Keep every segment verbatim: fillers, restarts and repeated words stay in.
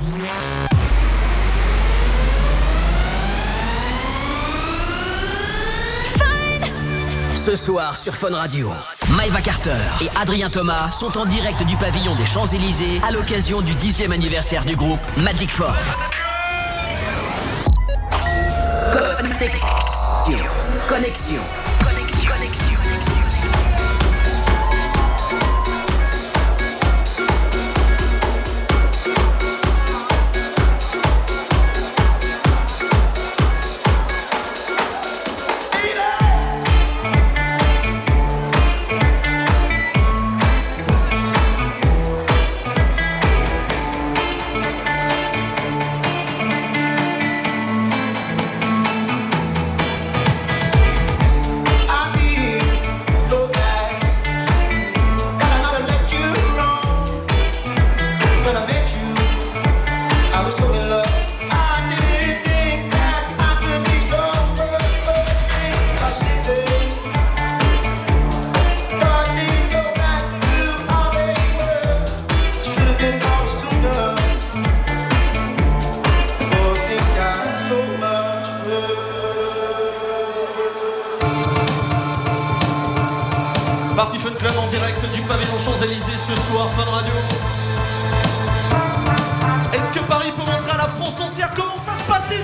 Ce soir sur Fun Radio, Maëva Carter et Adrien Thomas sont en direct du pavillon des Champs-Élysées à l'occasion du dixième anniversaire du groupe Magic Four. Connexion. Connexion. Party Fun Club en direct du pavillon Champs-Élysées ce soir, Fun Radio. Est-ce que Paris peut montrer à la France entière comment ça se passe ici ?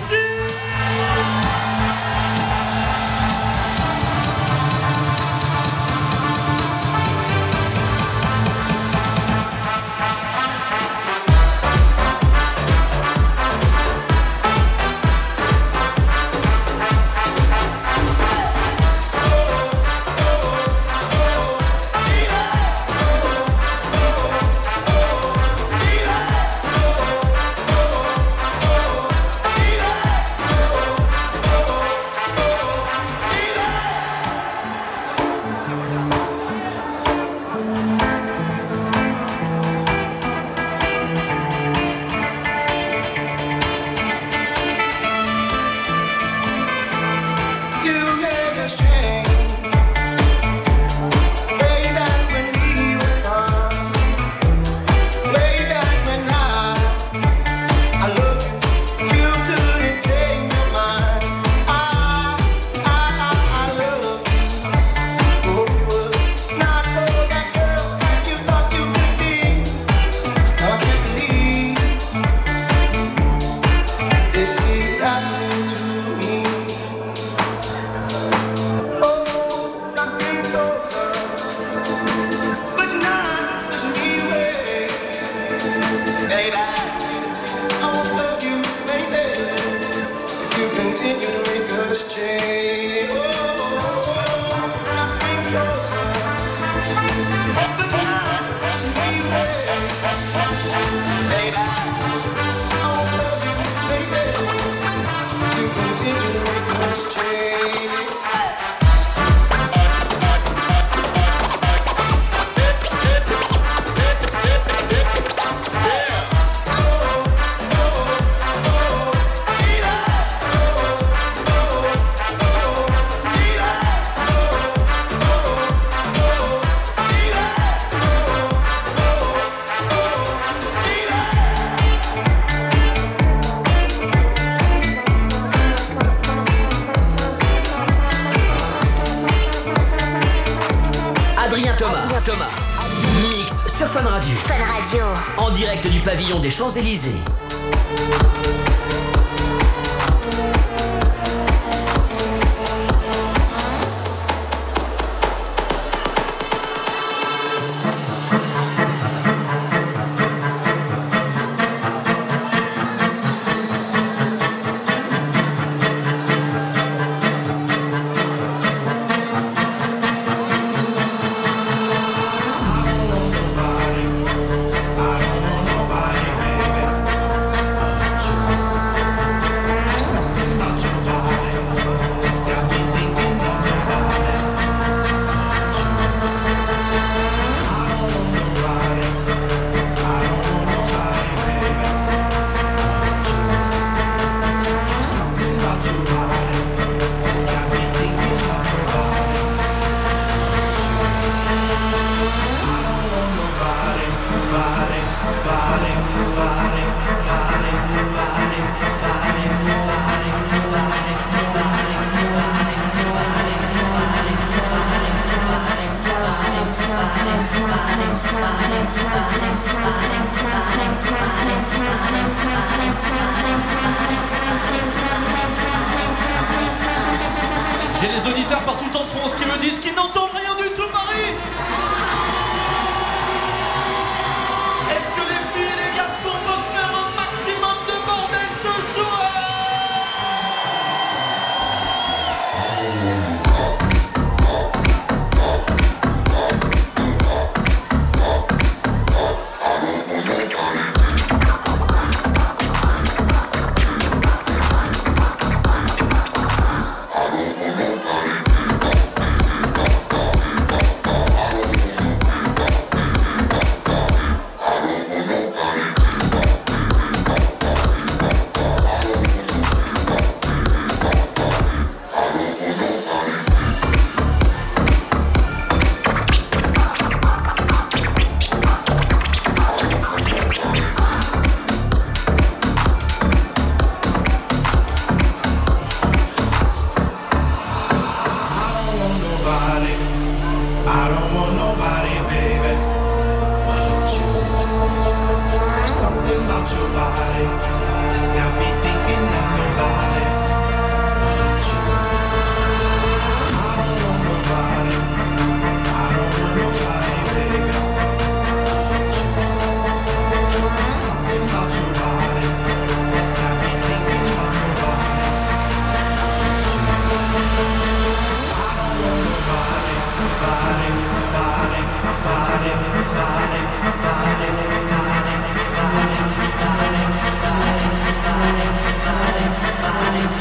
Thomas. Mix sur Fun Radio. Fun Radio. En direct du pavillon des Champs-Élysées. I don't want nobody, baby, but you. réponses qui me disent qu'ils n'entendent rien du tout, Paris. Est-ce que les filles et les garçons peuvent faire un maximum de bordel ce soir? Bye.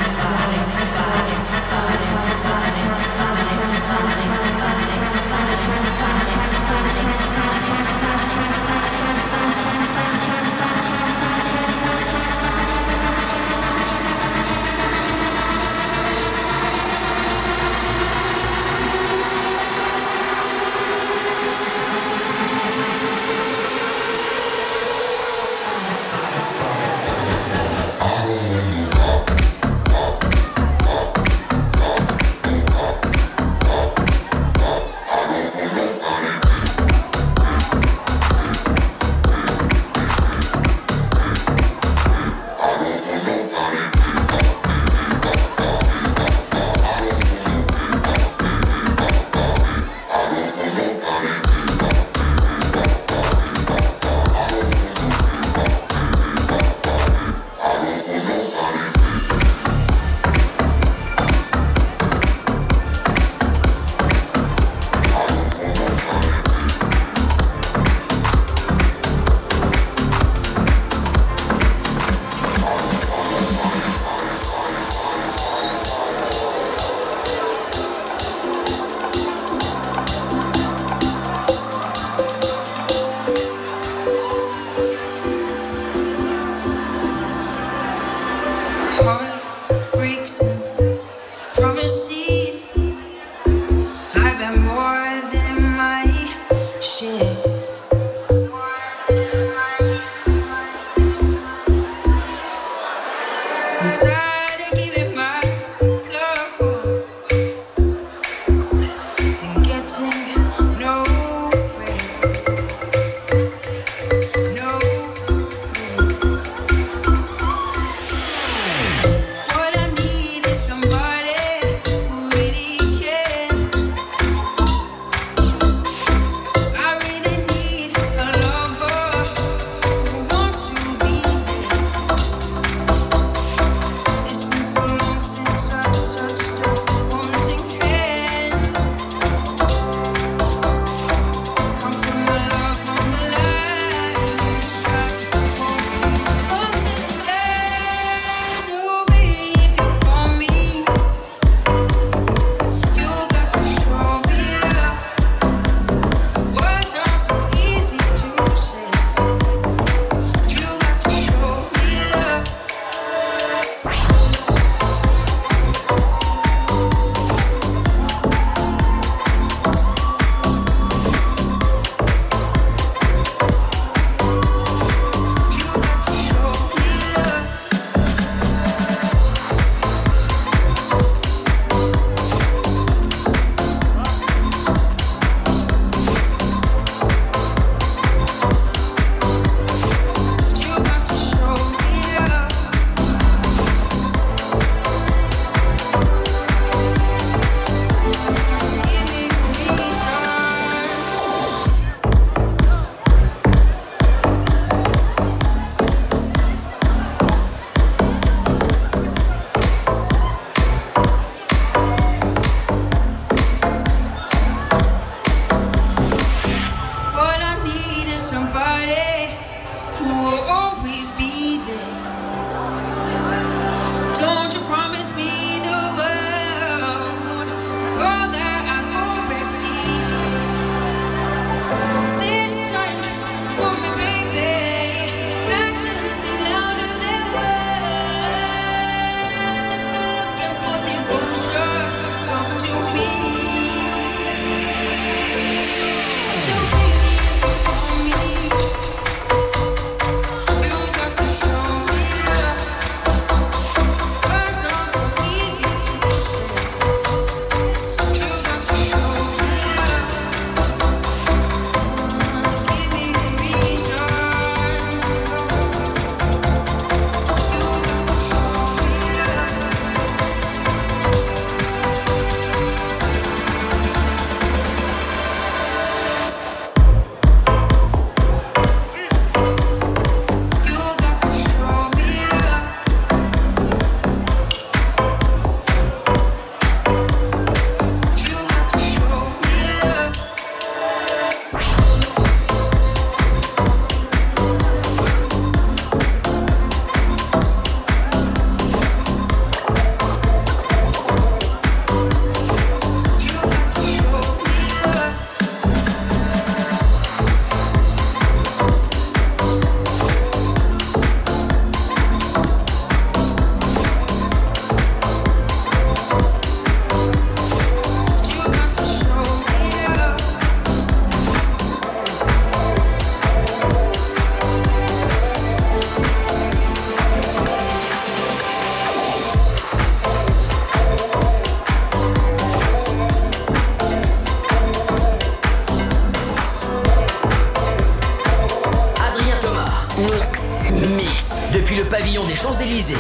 depuis le pavillon des Champs-Élysées.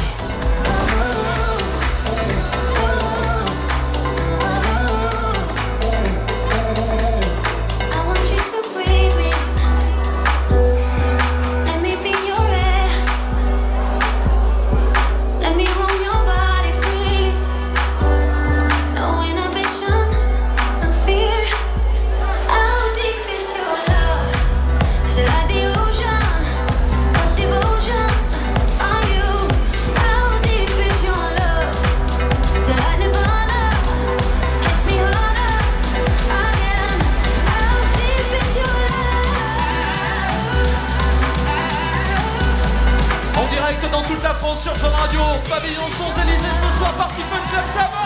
Dans toute la France sur Fun Radio, pavillon Champs-Élysées ce soir, Party Fun Club, ça va!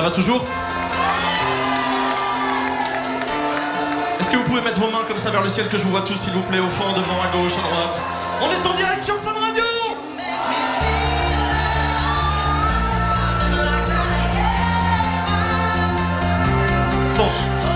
va toujours? Est-ce que vous pouvez mettre vos mains comme ça vers le ciel, que je vous vois tous, s'il vous plaît, au fond, devant, à gauche, à droite? On est en direction Fun Radio! Bon.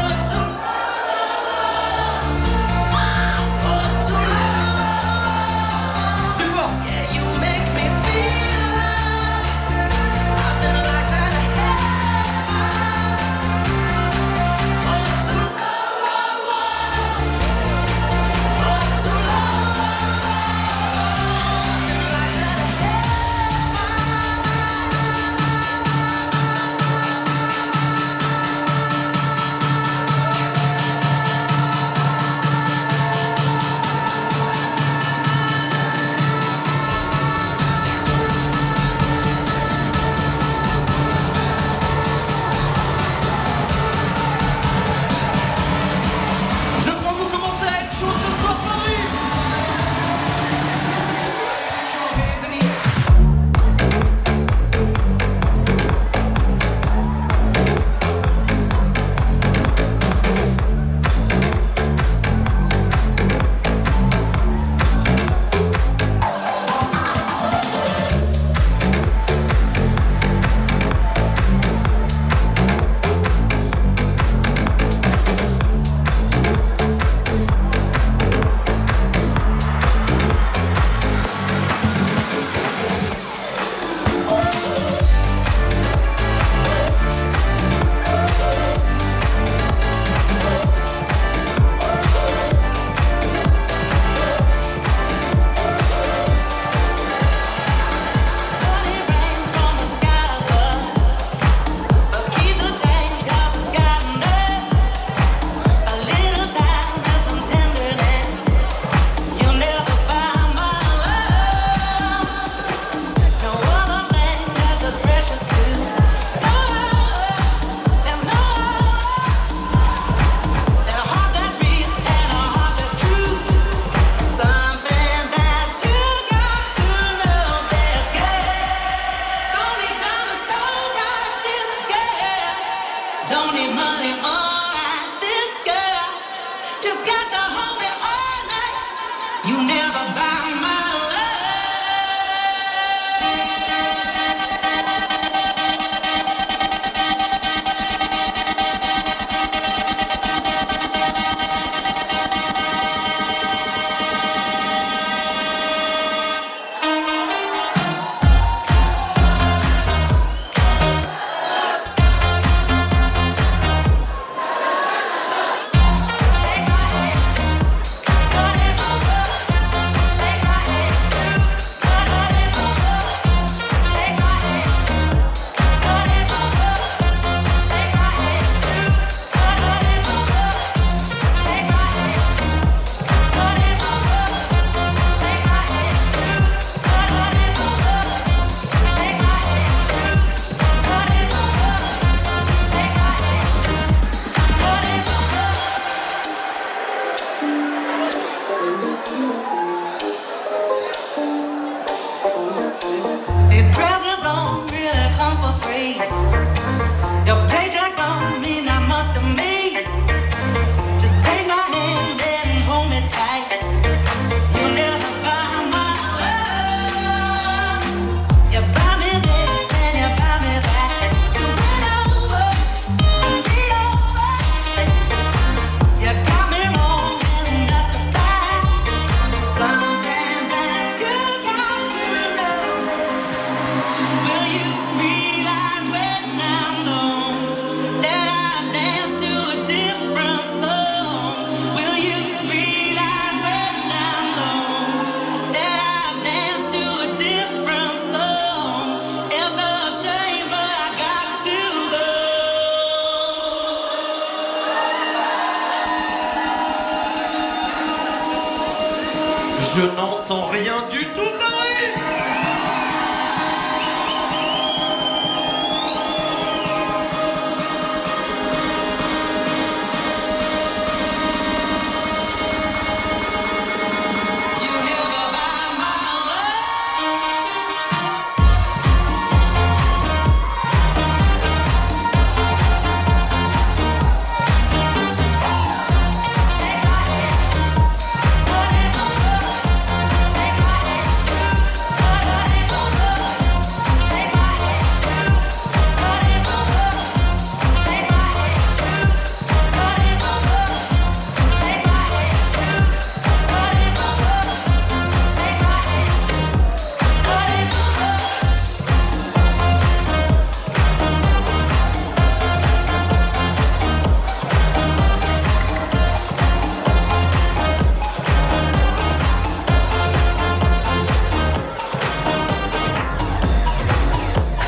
Je n'entends rien du tout, Marie.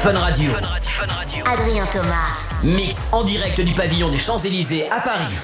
Fun Radio. Adrien Thomas. Mix en direct du pavillon des Champs-Élysées à Paris.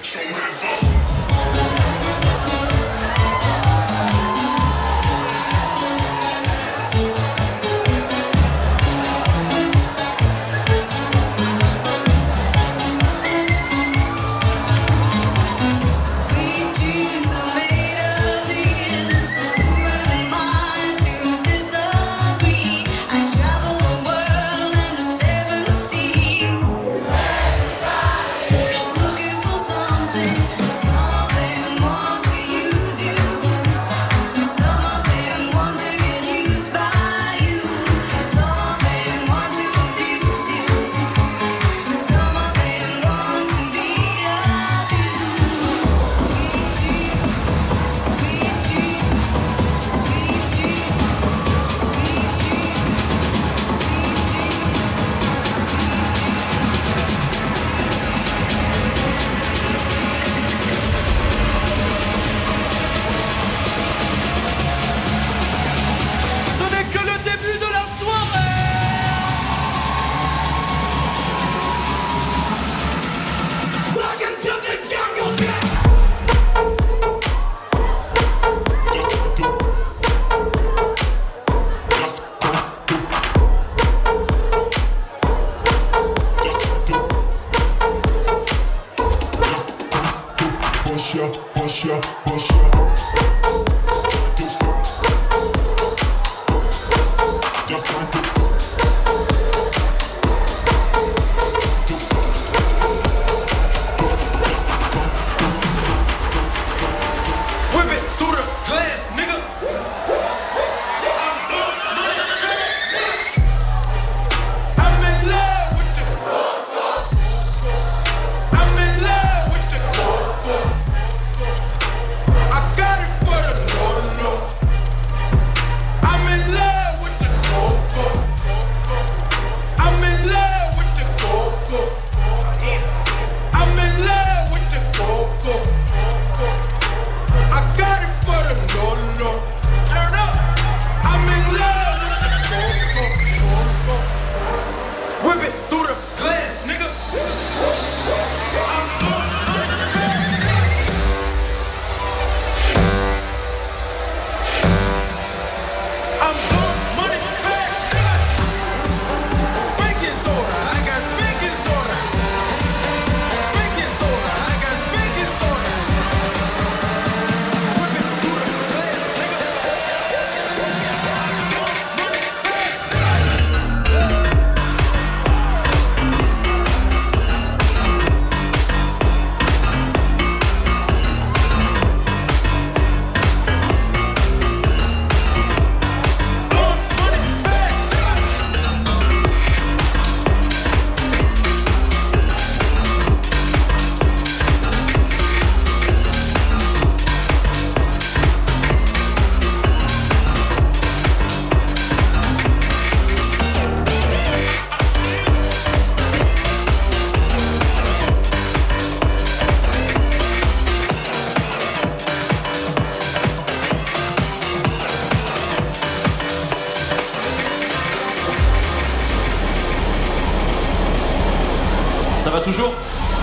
Ça va toujours?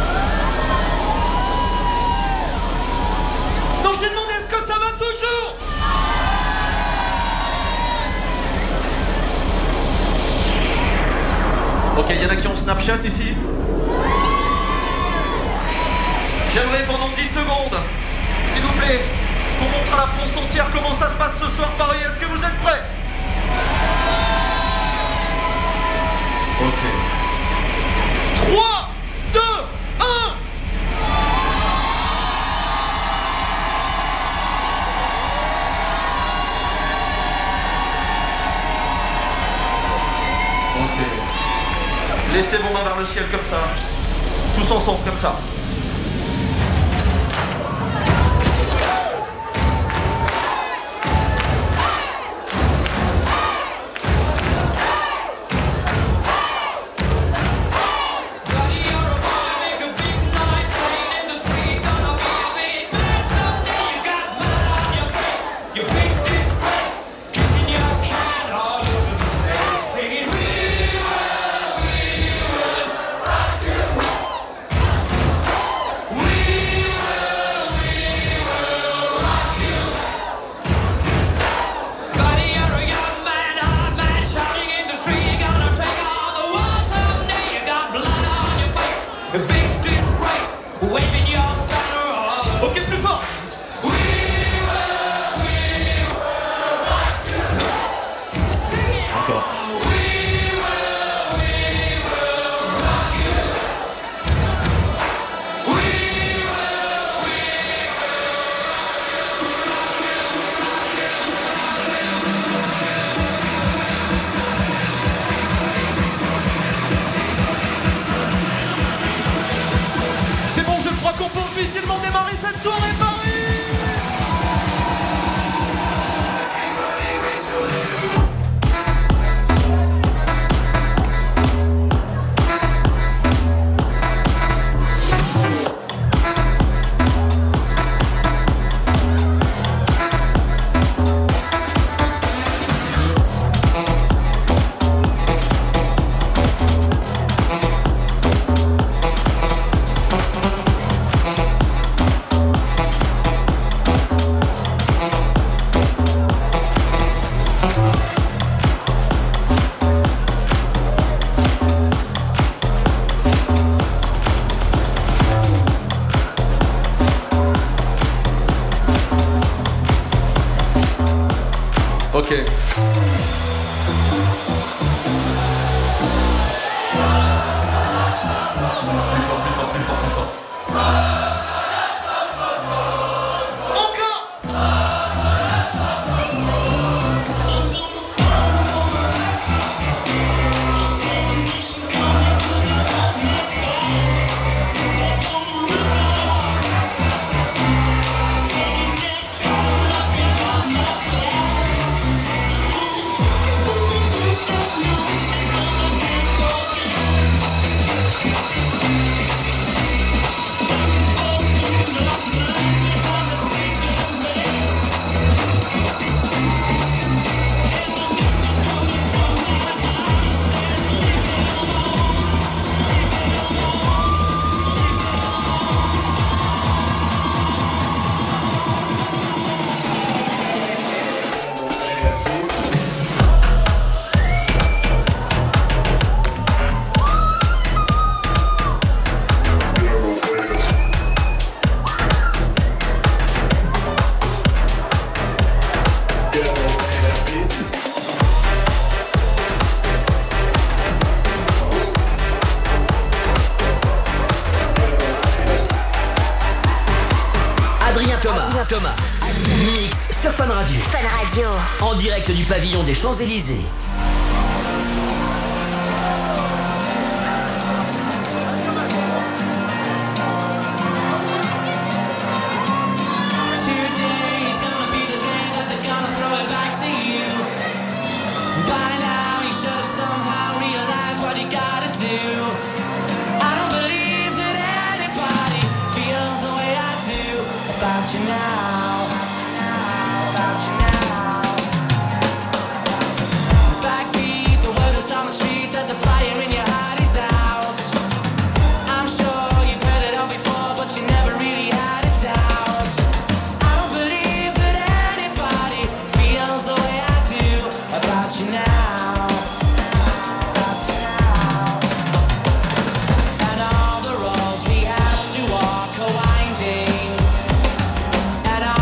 Non, j'ai demandé est-ce que ça va toujours? Ok, il y en a qui ont Snapchat ici? J'aimerais pendant dix secondes, s'il vous plaît, qu'on montre à la France entière comment ça se passe ce soir Paris. Est-ce que vous êtes prêts? Ok. trois, deux, un. Ok. Laissez vos mains vers le ciel comme ça. Tous ensemble comme ça. Kicking your cat all over the place, singing we will. waving your banner of. Ok, plus fort. We will, we will rock you. Sing it. Encore. We will, we will rock you. We will, we C'est bon, je crois qu'on peut officiellement démarrer cette soirée Paris. Ok. Plus fort, plus fort, plus fort, plus fort. Encore. Adrien Thomas, Thomas, mix sur Fun Radio. Fun Radio. En direct du pavillon des Champs-Élysées. Today's gonna be the day that they're gonna throw it back to you. By now you should have somehow realized what you gotta do. I don't believe that anybody feels the way I do about you now. About you now. Backbeat, the word is on the street that the fire in your heart is out. I'm sure you've heard it all before, but you never really had a doubt. I don't believe that anybody feels the way I do about you now. About you now. And all the roads we have to walk are winding. And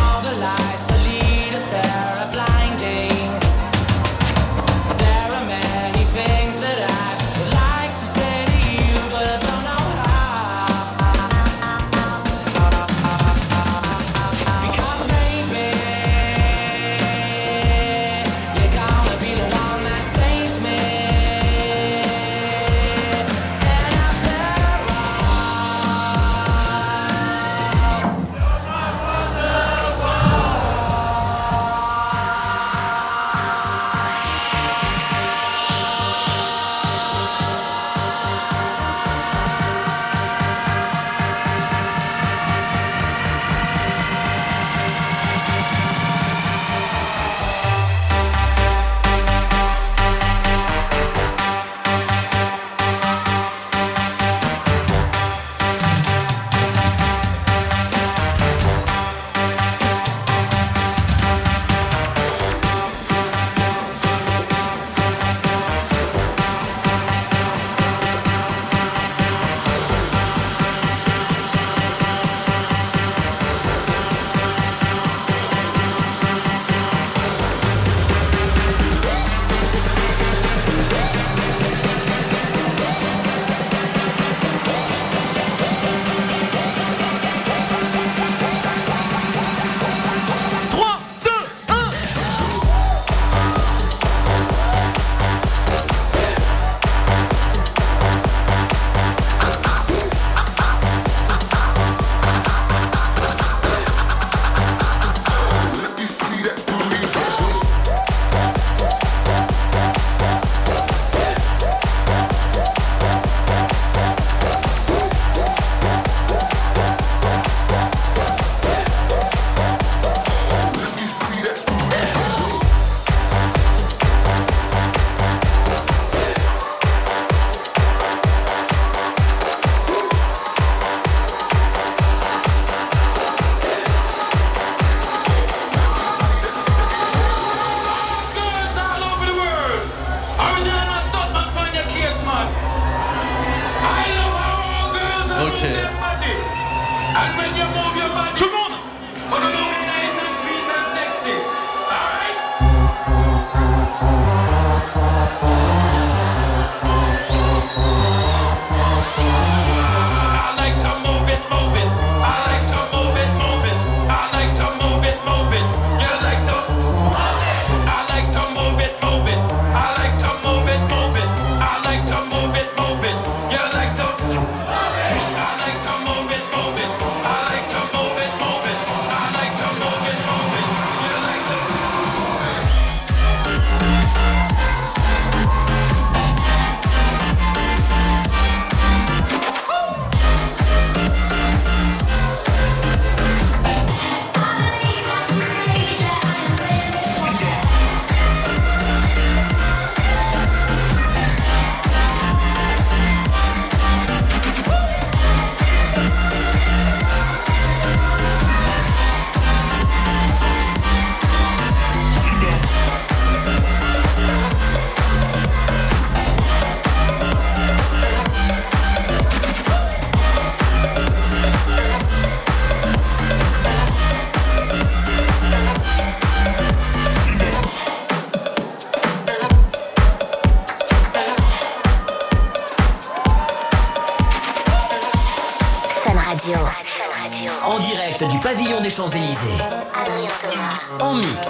Radio. En direct du pavillon des Champs-Élysées. Adrien Thomas. En mix.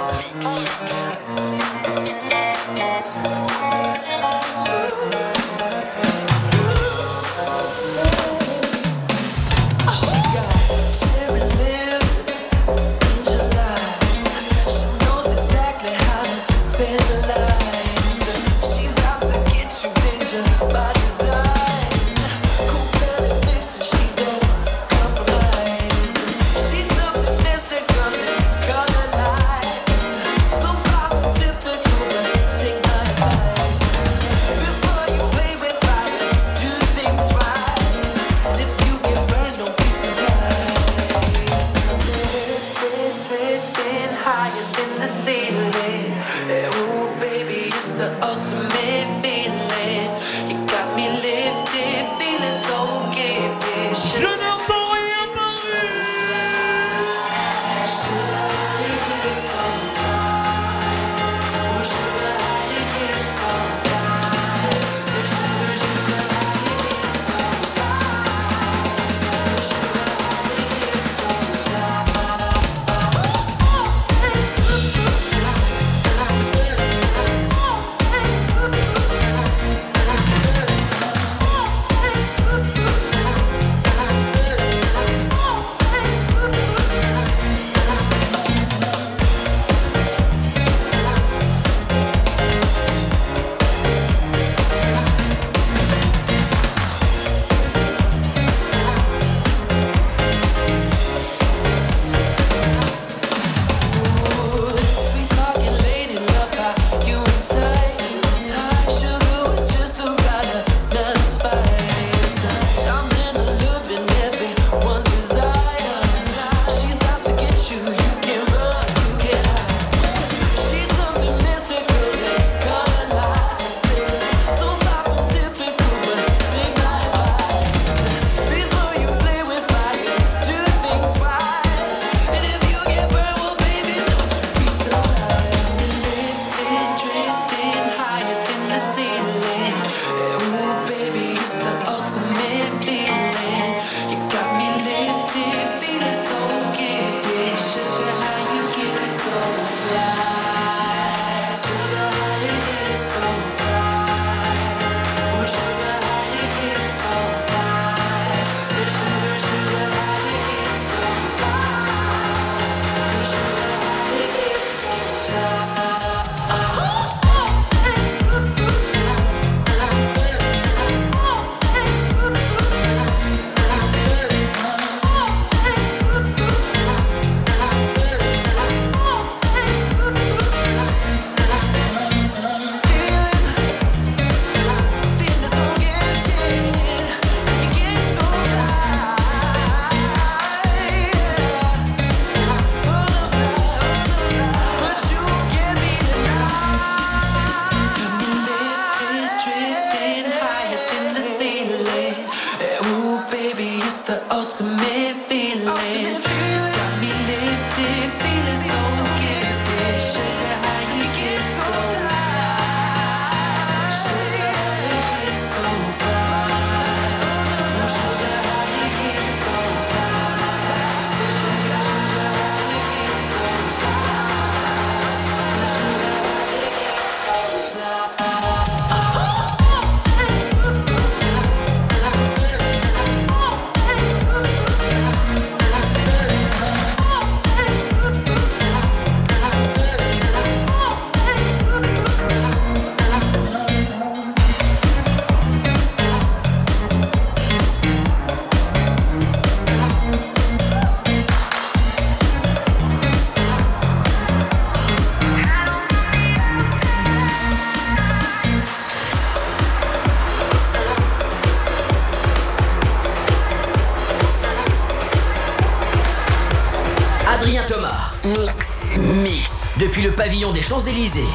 Adrien Thomas. Mix. Mix. Depuis le pavillon des Champs-Élysées.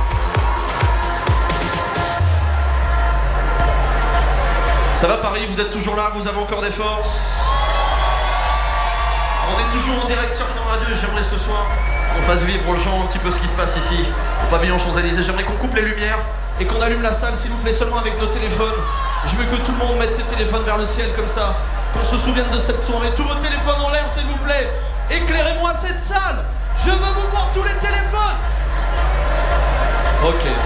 Ça va Paris, vous êtes toujours là, vous avez encore des forces. On est toujours en direct sur Fun Radio et j'aimerais ce soir qu'on fasse vivre aux gens un petit peu ce qui se passe ici, au pavillon Champs-Élysées. J'aimerais qu'on coupe les lumières et qu'on allume la salle, s'il vous plaît, seulement avec nos téléphones. Je veux que tout le monde mette ses téléphones vers le ciel comme ça, qu'on se souvienne de cette soirée. Tous vos téléphones en l'air, s'il vous plaît. Éclairez-moi cette salle. Je veux vous voir tous les téléphones. Ok.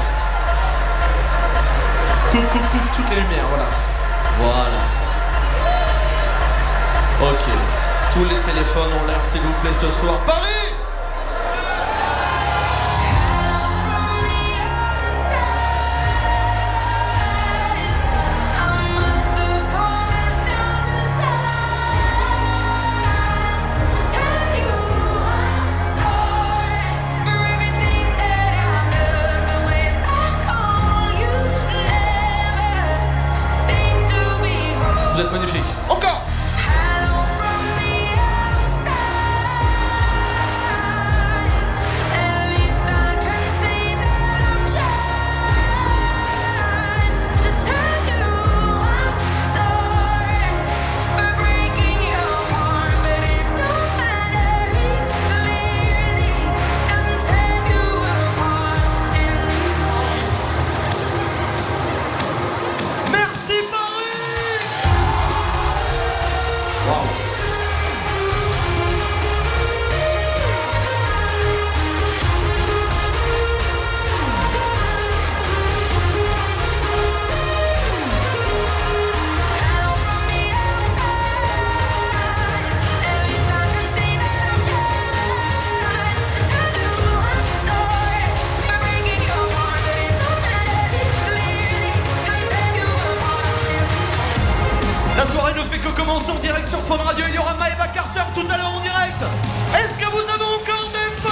Coupe, coupe, coupe toutes les lumières, voilà. Voilà. Ok. Tous les téléphones en l'air, s'il vous plaît, ce soir. Paris! Vous êtes magnifique. Encore! La soirée ne fait que commencer en direct sur Fun Radio. Il y aura Maeva Carter tout à l'heure en direct. Est-ce que vous avez encore des fans?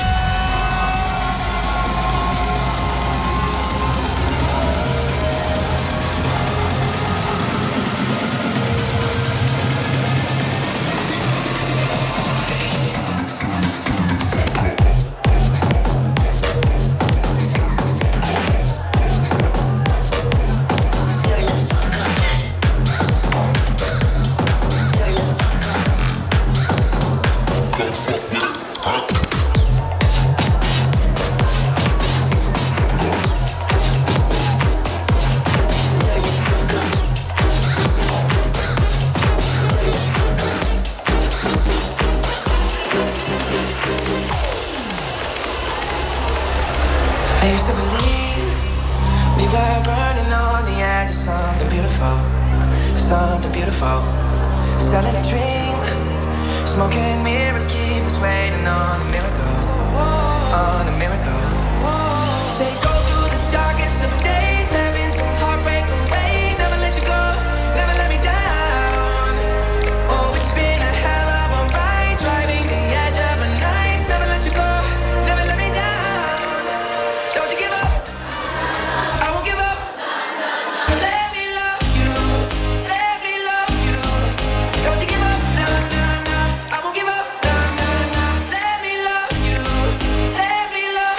I used to believe we were burning on the edge of something beautiful, something beautiful. Selling a dream, smoking mirrors keep us waiting on a miracle, on a miracle. Say go through the darkest of days, having some heartbreak away. Never let you go, never let me down. Oh, it's been a hell of a ride, driving the edge of a knife. Never let you go, never let me down. Don't you give up, I won't give up. Let me love you, let me love you. Don't you give up, no, no, no. I won't give up, no, no, no. Let me love you, let me love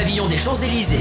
pavillon des Champs-Élysées.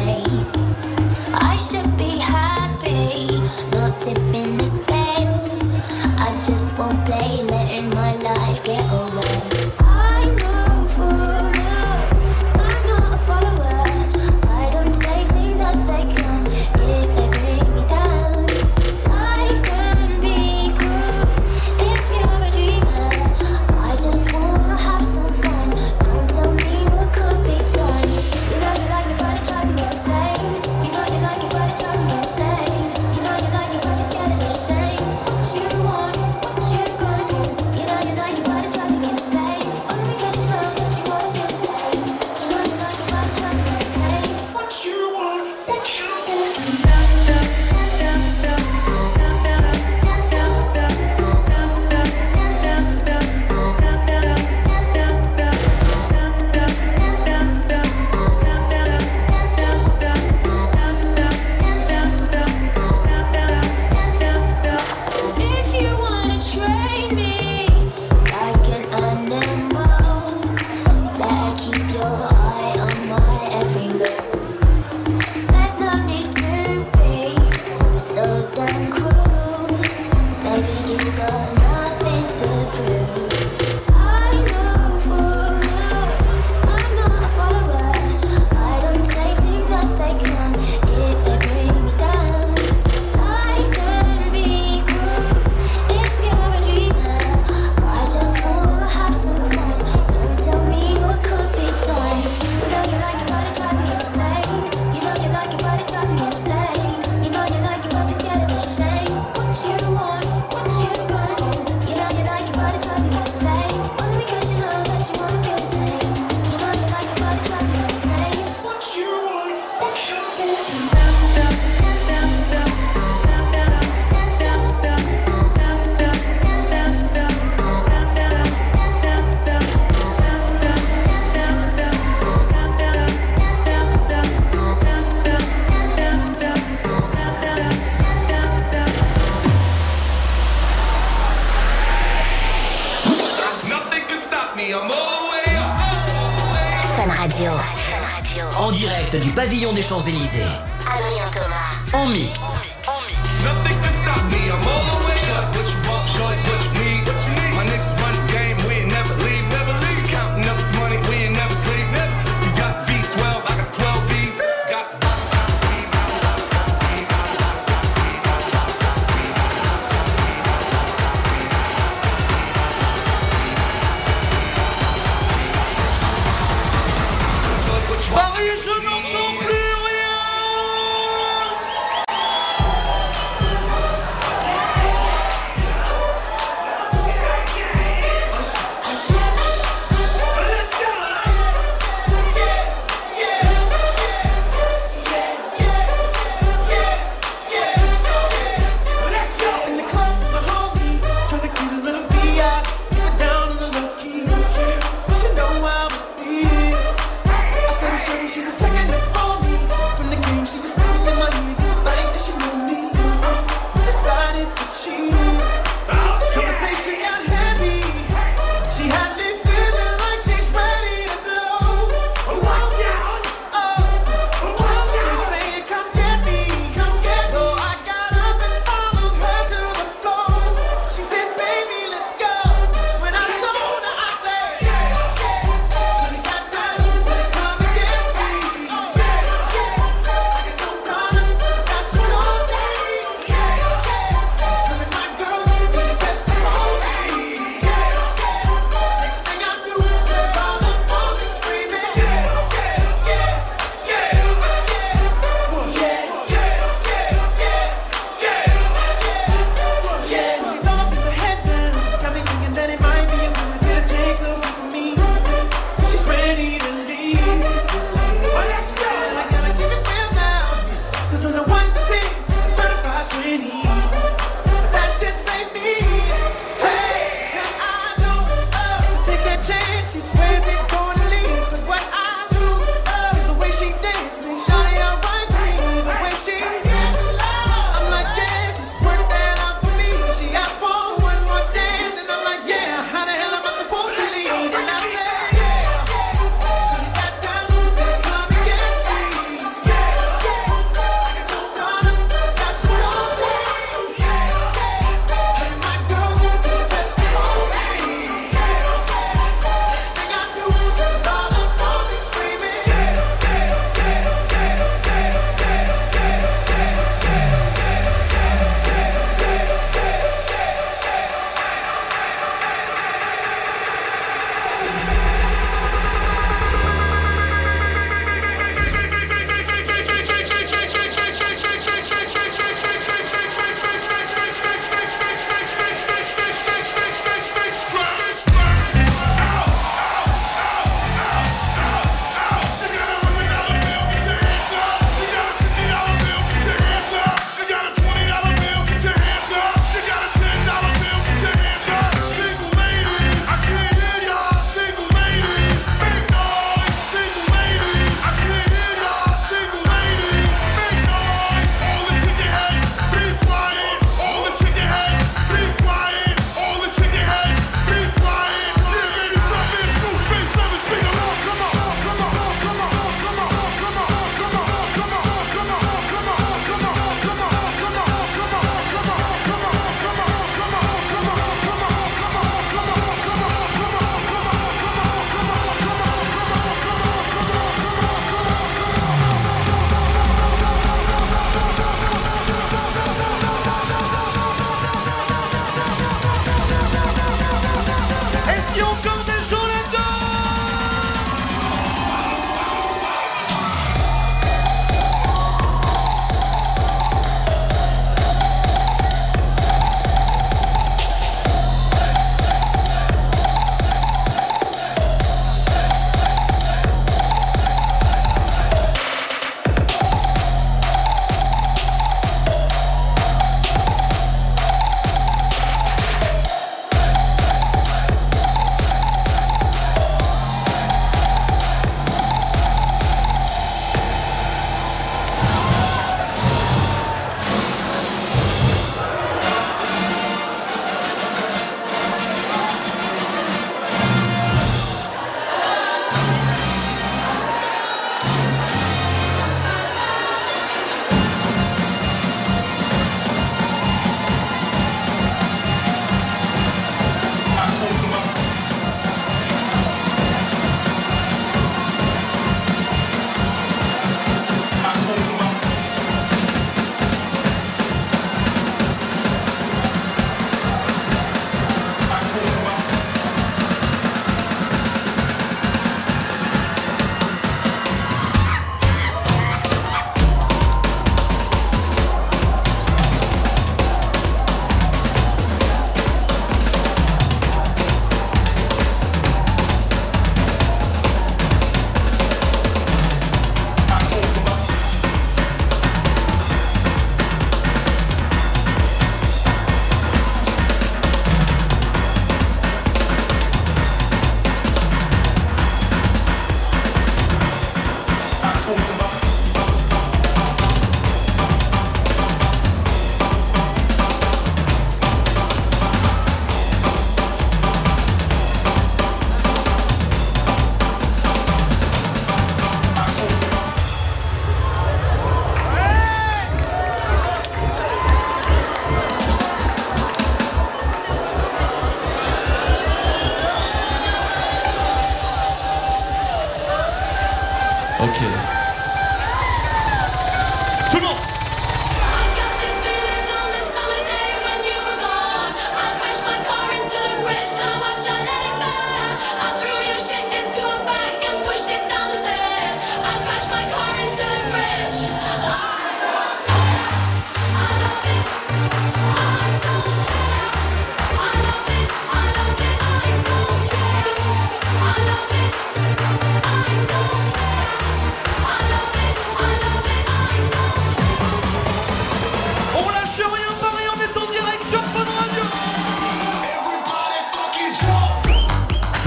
way. I should be happy, not tipping the scales. I just won't play, letting my life get away. I know for now, I'm not a follower. I don't take things as they come if they bring me down. Life can be cruel if you're a dreamer. I just wanna have some fun. Don't tell me what could be done. You know you like it, but it drives me insane. You know you like it, but it drives me insane. You know you like it, but you're scared of the shame. What you want, what you gonna do? You know you like it, but it drives me insane. Only because you know that you wanna feel the same. You know you like it, but it drives me insane. What you want, what you If you wanna train me like an animal, better keep your eye on my every move. There's no need to be so damn cruel. Baby, you got nothing to prove. I know for now, I'm not a follower. I don't take things as they come if they bring me down. Life can be cruel if you're a dreamer. I just wanna have some fun. Don't tell me what could be done. You know you like it, but it drives me insane. You know you like it, but it drives me insane. You know you like it, but you're scared of the shame. What you want, what you gonna do? You know you like it, but it drives me insane. Only because you know that you wanna feel the same. You know you like it, but it drives me insane. What you want, what you Nothing can stop me, I'm all the way up. Fun Radio. En direct du pavillon des Champs-Élysées. Adrien Thomas. En mix. Nothing can stop me, I'm all the way up. What you want, shorty, what you need, what you need. My niggas run the game, we ain't never leave, never leave. Counting up this money, we ain't never sleep, never sleep. You got V twelve, I got twelve V's. Got Paris, je n'entends plus rien.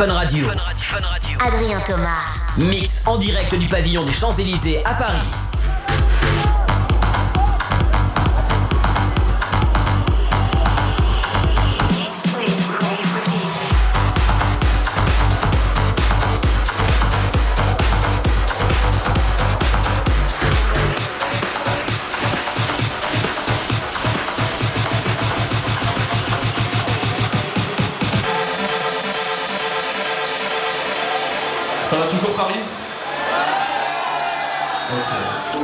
Fun Radio. Adrien Thomas. Mix en direct du pavillon des Champs-Élysées à Paris. Ça va toujours Paris? Ok.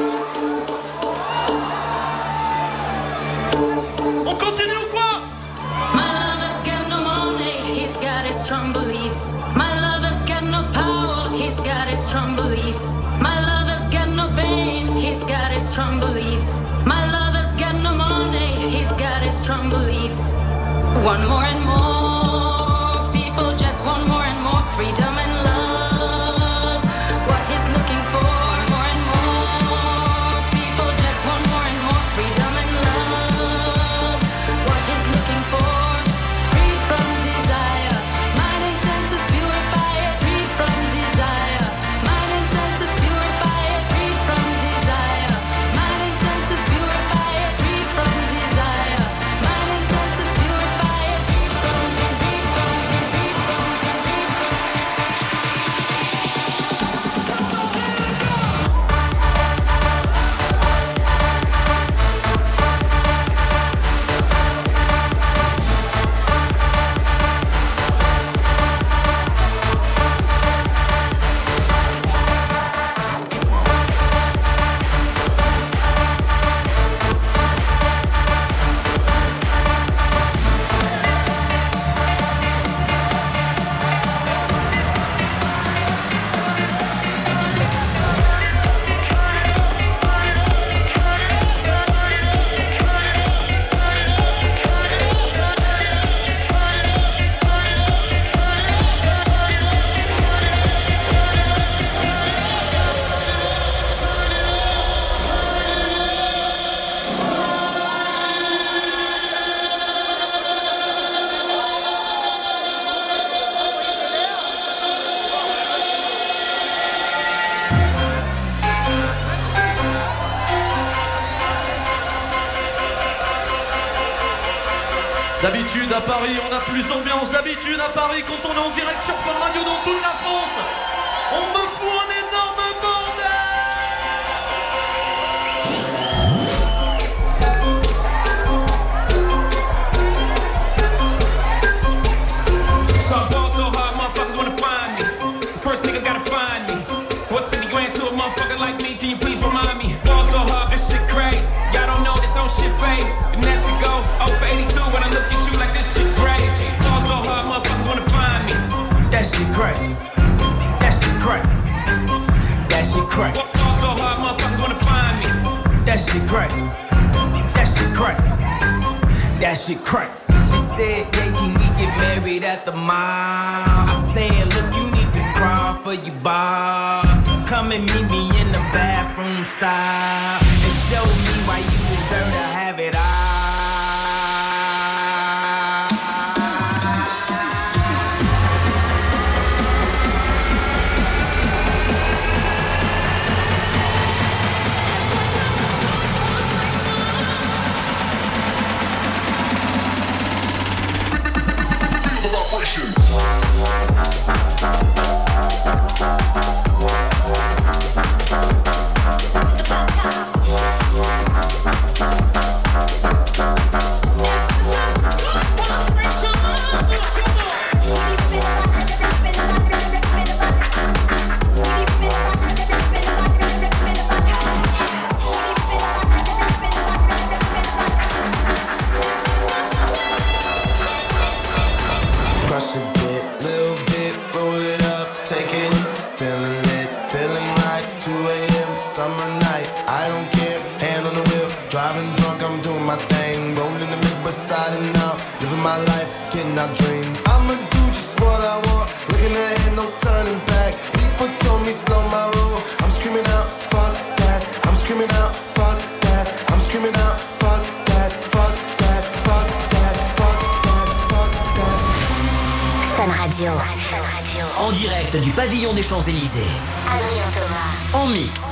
On continue ou quoi? My lover's got no money, he's got his strong beliefs. My lover's got no power, he's got his strong beliefs. My lover's got no fame, he's got his strong beliefs. My lover's got no money, he's got his strong beliefs. One more and more, people just want more and more freedom and love. What he's looking for, more and more, people just want more and more freedom and love. What he's looking for, free from desire, mind and senses purify it, free from desire, mind and senses purify it, free from desire, mind and senses purify it, free from desire, mind and senses purify it, free from disease, from disease, from disease, from D'habitude à Paris, on a plus d'ambiance. D'habitude à Paris, quand on est en direct sur Fun Radio dans toute la France, on me fout un énorme bordel. So I ball so hard, motherfuckers wanna find me. First niggas gotta find me. What's fifty grand to a motherfucker like me? Can you please remind me? Ball so hard, this shit crazy. Y'all don't know that don't shit phase. And as we go, oh for eighty-two when I look at you like this shit crazy. Ball so hard, motherfuckers wanna find me. That shit crazy. That shit crazy. That shit crazy. Ball so hard, motherfuckers wanna find me. That shit crazy. That shit crazy. That shit crazy. She said, yeah, can we get married at the mall? I said, look, you need to crawl for your bar. Come and meet me in the bathroom style and show me why you deserve to have it all. Crush a bit, little bit, roll it up, take it, feeling it, feeling right, two a.m. summer night, I don't care, hand on the wheel, driving drunk, I'm doing my thing, rolling the mid beside and out, living my life, getting our dreams. I'ma do just what I want, looking ahead, no turning back, people told me slow my roll, I'm screaming out, fuck that, I'm screaming out, fuck that, I'm screaming out, fuck that, fuck that, fuck that, fuck that, fuck that. Fun Radio. Radio. En direct du pavillon des Champs-Élysées. Adrien Thomas. En mix.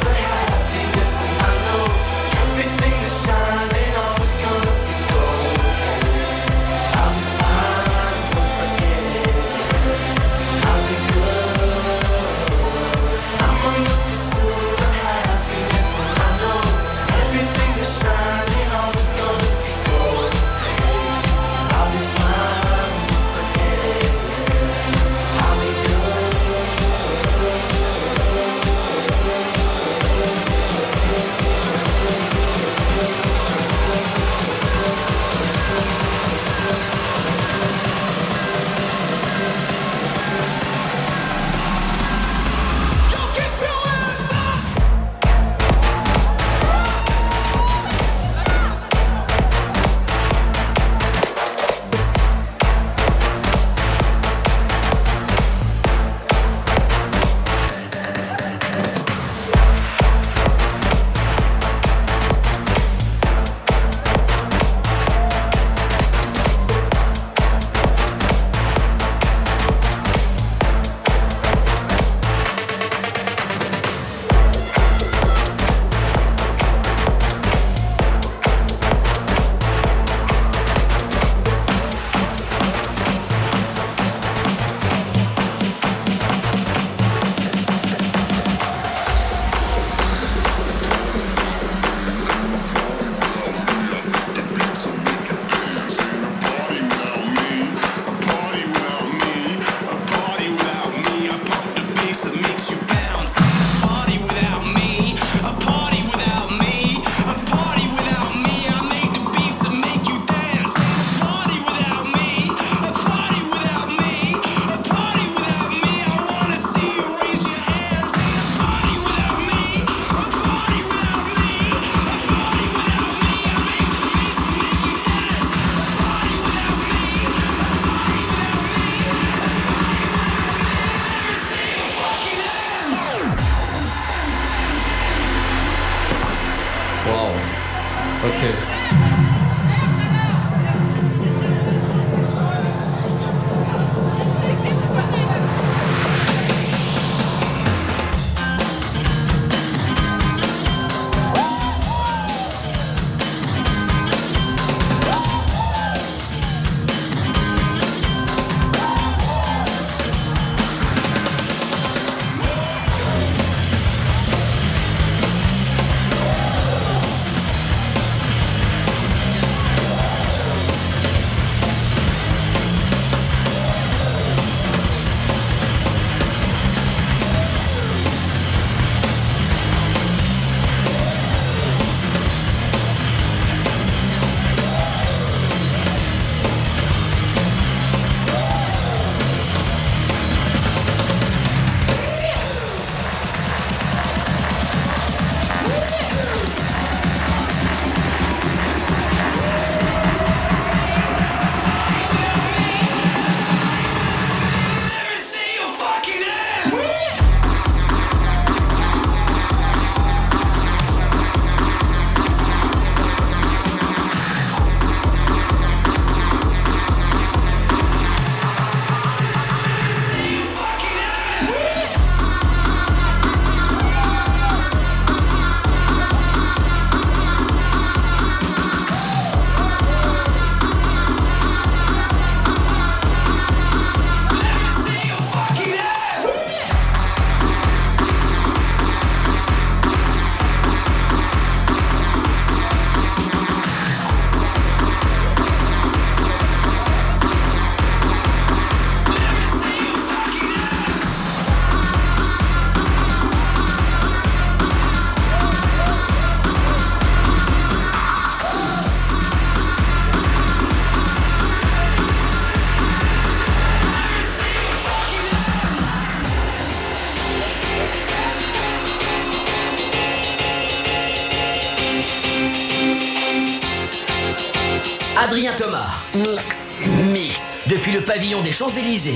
Everything is shining, always gonna be gold. Adrien Thomas. Mix. Mix. Depuis le pavillon des Champs-Élysées.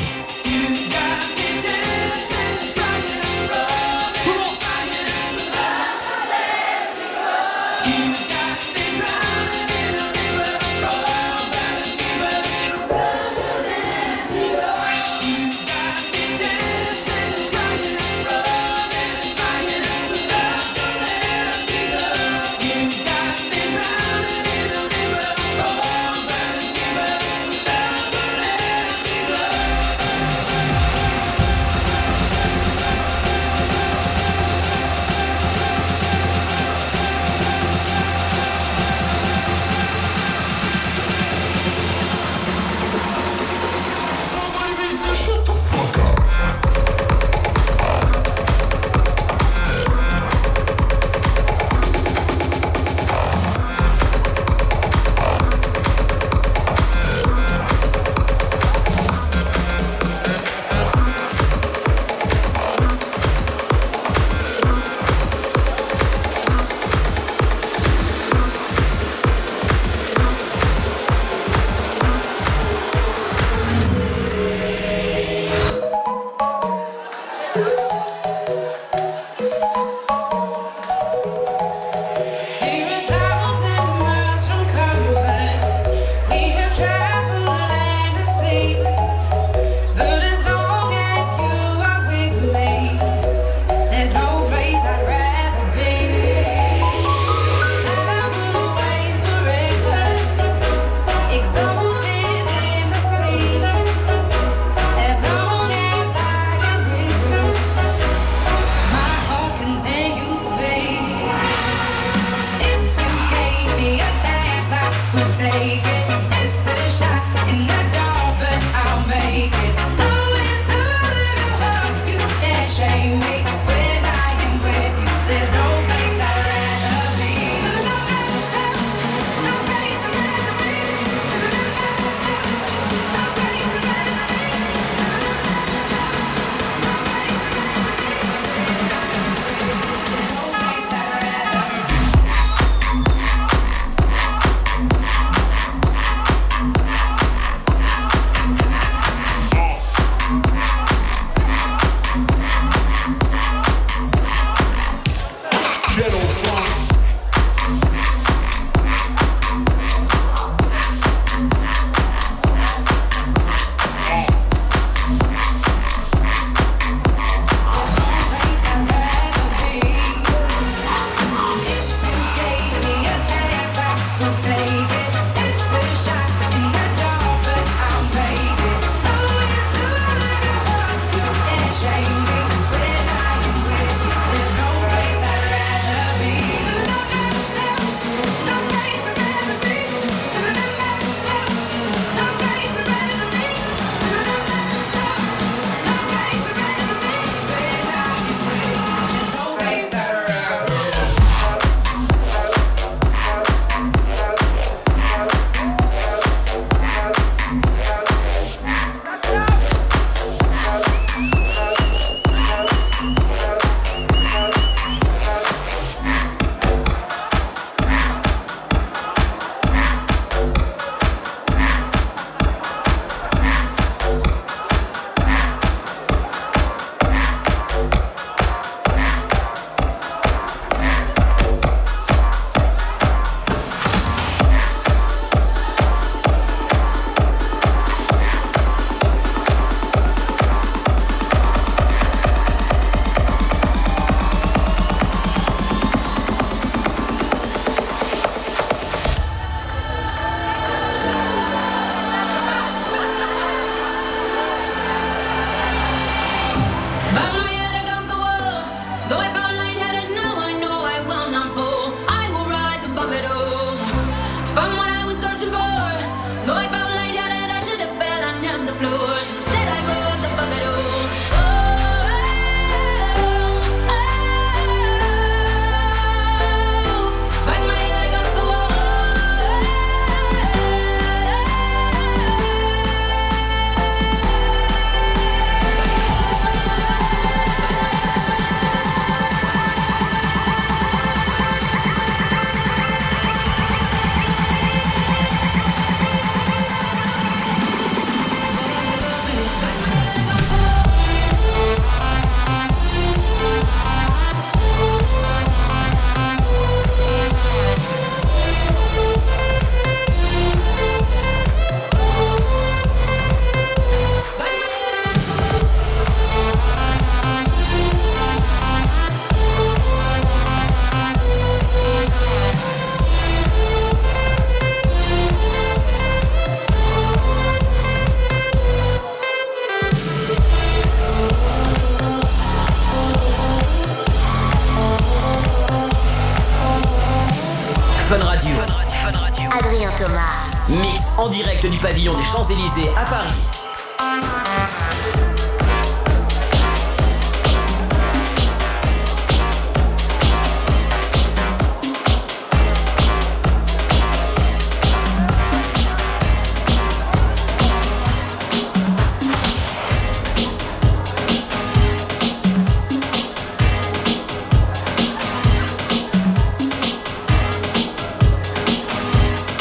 Thomas. Mix en direct du pavillon des Champs-Élysées à Paris.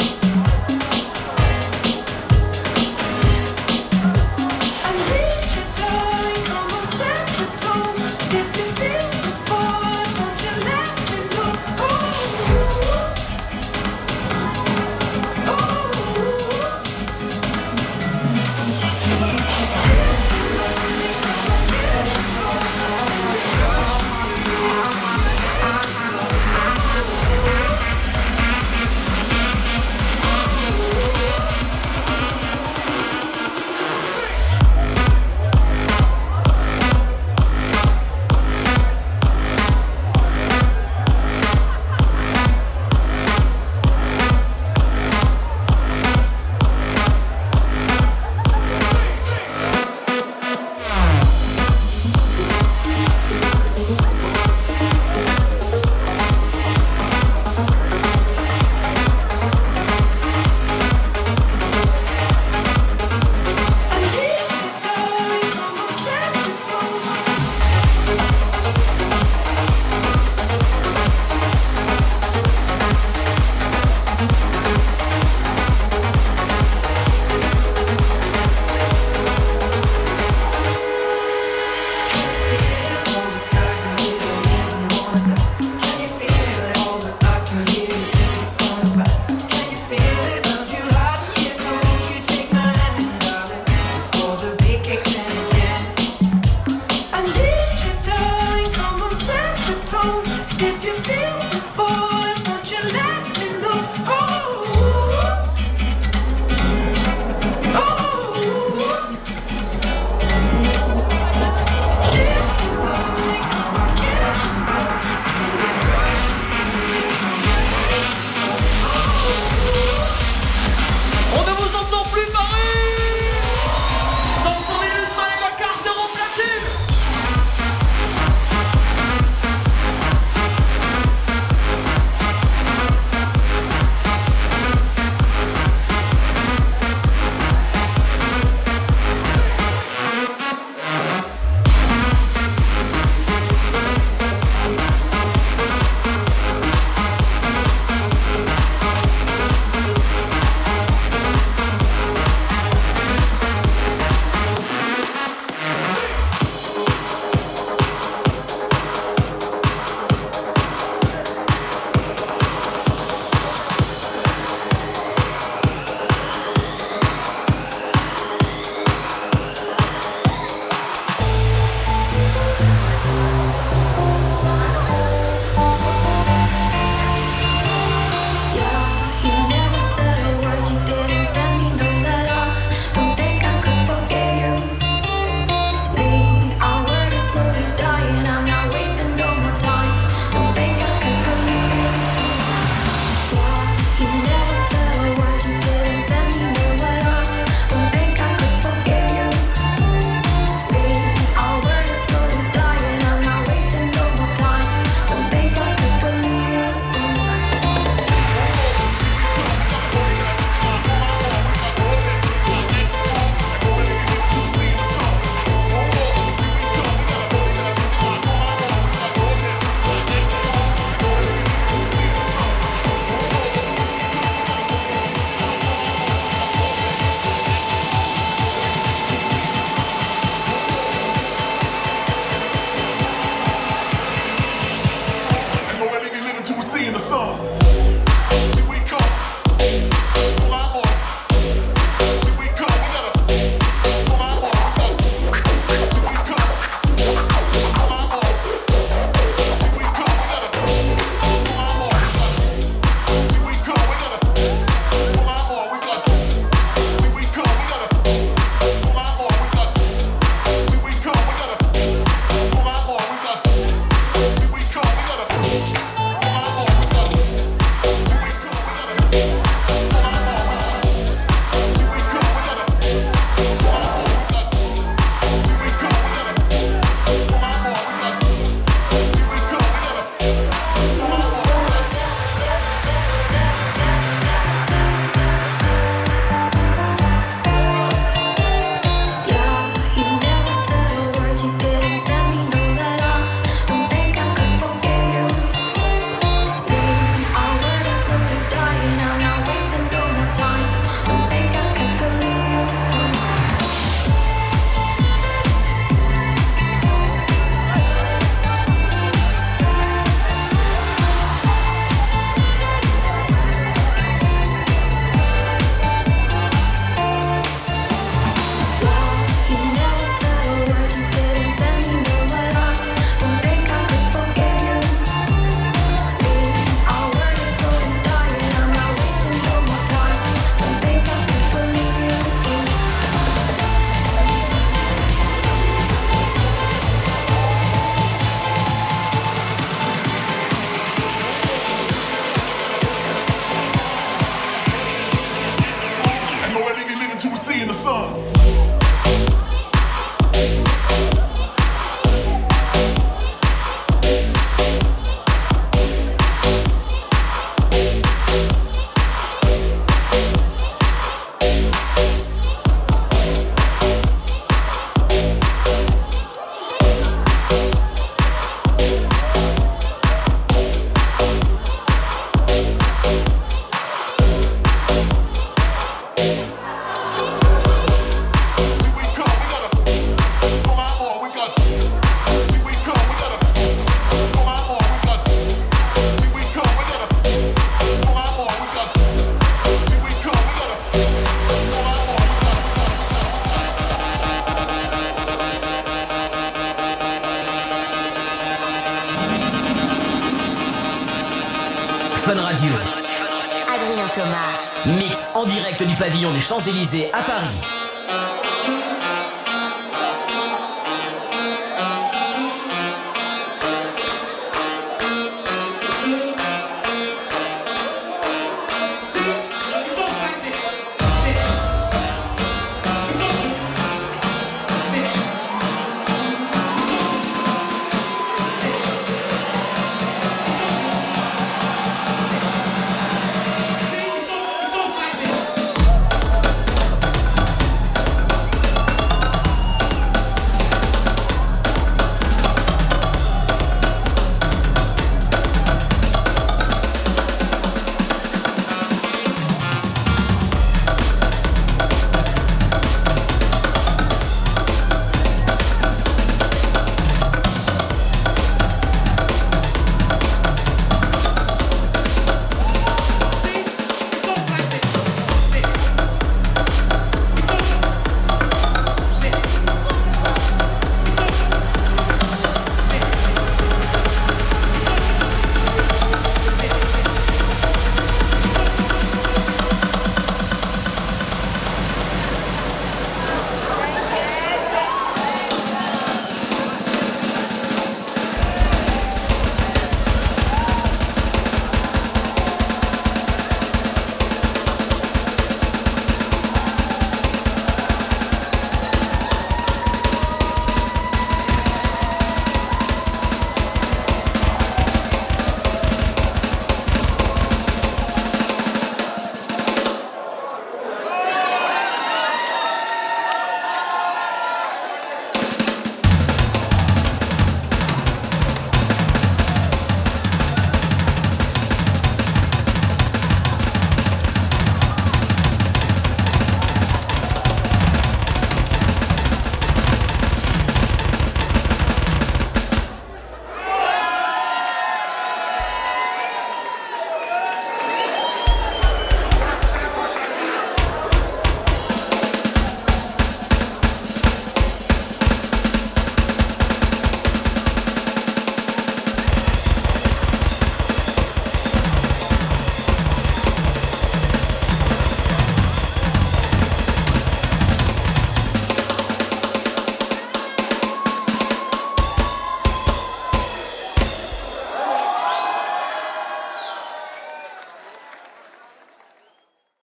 I'm rich. Fun Radio. Adrien Thomas. Mix en direct du pavillon des Champs-Élysées à Paris.